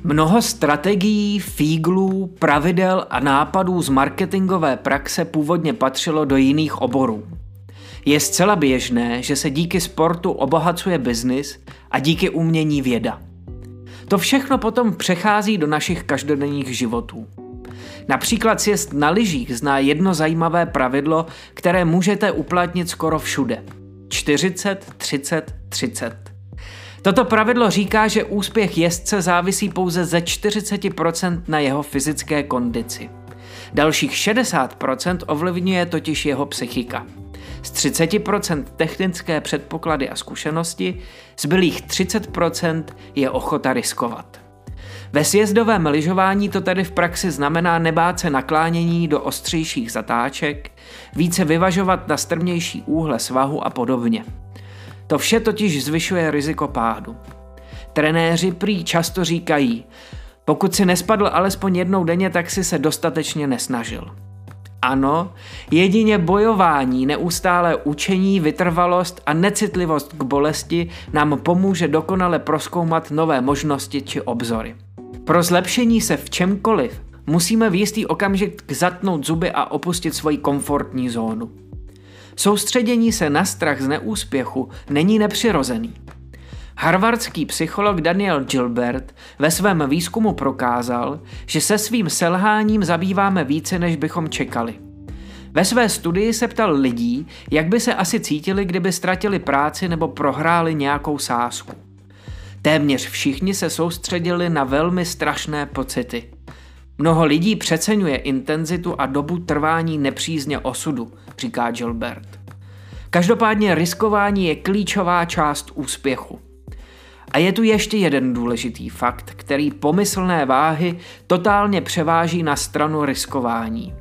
Mnoho strategií, fíglů, pravidel a nápadů z marketingové praxe původně patřilo do jiných oborů. Je zcela běžné, že se díky sportu obohacuje biznis a díky umění věda. To všechno potom přechází do našich každodenních životů. Například sjezd na lyžích zná jedno zajímavé pravidlo, které můžete uplatnit skoro všude. 40, 30, 30. Toto pravidlo říká, že úspěch jezdce závisí pouze ze 40% na jeho fyzické kondici. Dalších 60% ovlivňuje totiž jeho psychika. Z 30% technické předpoklady a zkušenosti, zbylých 30% je ochota riskovat. Ve sjezdovém lyžování to tedy v praxi znamená nebát se naklánění do ostřejších zatáček, více vyvažovat na strmější úhle svahu a podobně. To vše totiž zvyšuje riziko pádu. Trenéři prý často říkají, pokud si nespadl alespoň jednou denně, tak si se dostatečně nesnažil. Ano, jedině bojování, neustálé učení, vytrvalost a necitlivost k bolesti nám pomůže dokonale prozkoumat nové možnosti či obzory. Pro zlepšení se v čemkoliv musíme v jistý okamžik zatnout zuby a opustit svoji komfortní zónu. Soustředění se na strach z neúspěchu není nepřirozený. Harvardský psycholog Daniel Gilbert ve svém výzkumu prokázal, že se svým selháním zabýváme více, než bychom čekali. Ve své studii se ptal lidí, jak by se asi cítili, kdyby ztratili práci nebo prohráli nějakou sázku. Téměř všichni se soustředili na velmi strašné pocity. Mnoho lidí přeceňuje intenzitu a dobu trvání nepřízně osudu, říká Gilbert. Každopádně riskování je klíčová část úspěchu. A je tu ještě jeden důležitý fakt, který pomyslné váhy totálně převáží na stranu riskování.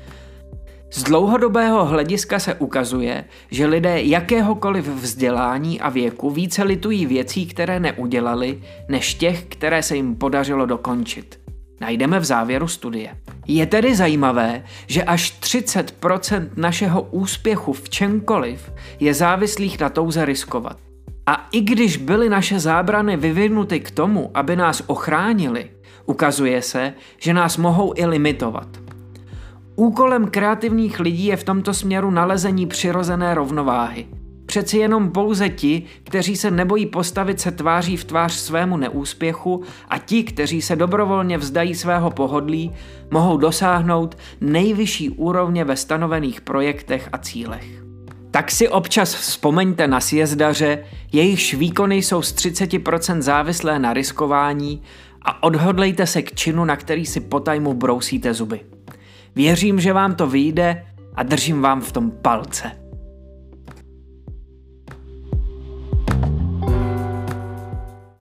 Z dlouhodobého hlediska se ukazuje, že lidé jakéhokoliv vzdělání a věku více litují věcí, které neudělali, než těch, které se jim podařilo dokončit. Najdeme v závěru studie. Je tedy zajímavé, že až 30% našeho úspěchu v čemkoliv je závislých na touze riskovat. A i když byly naše zábrany vyvinuty k tomu, aby nás ochránili, ukazuje se, že nás mohou i limitovat. Úkolem kreativních lidí je v tomto směru nalezení přirozené rovnováhy. Přeci jenom pouze ti, kteří se nebojí postavit se tváří v tvář svému neúspěchu a ti, kteří se dobrovolně vzdají svého pohodlí, mohou dosáhnout nejvyšší úrovně ve stanovených projektech a cílech. Tak si občas vzpomeňte na sjezdaře, jejichž výkony jsou z 30% závislé na riskování a odhodlejte se k činu, na který si potajmu brousíte zuby. Věřím, že vám to vyjde a držím vám v tom palce.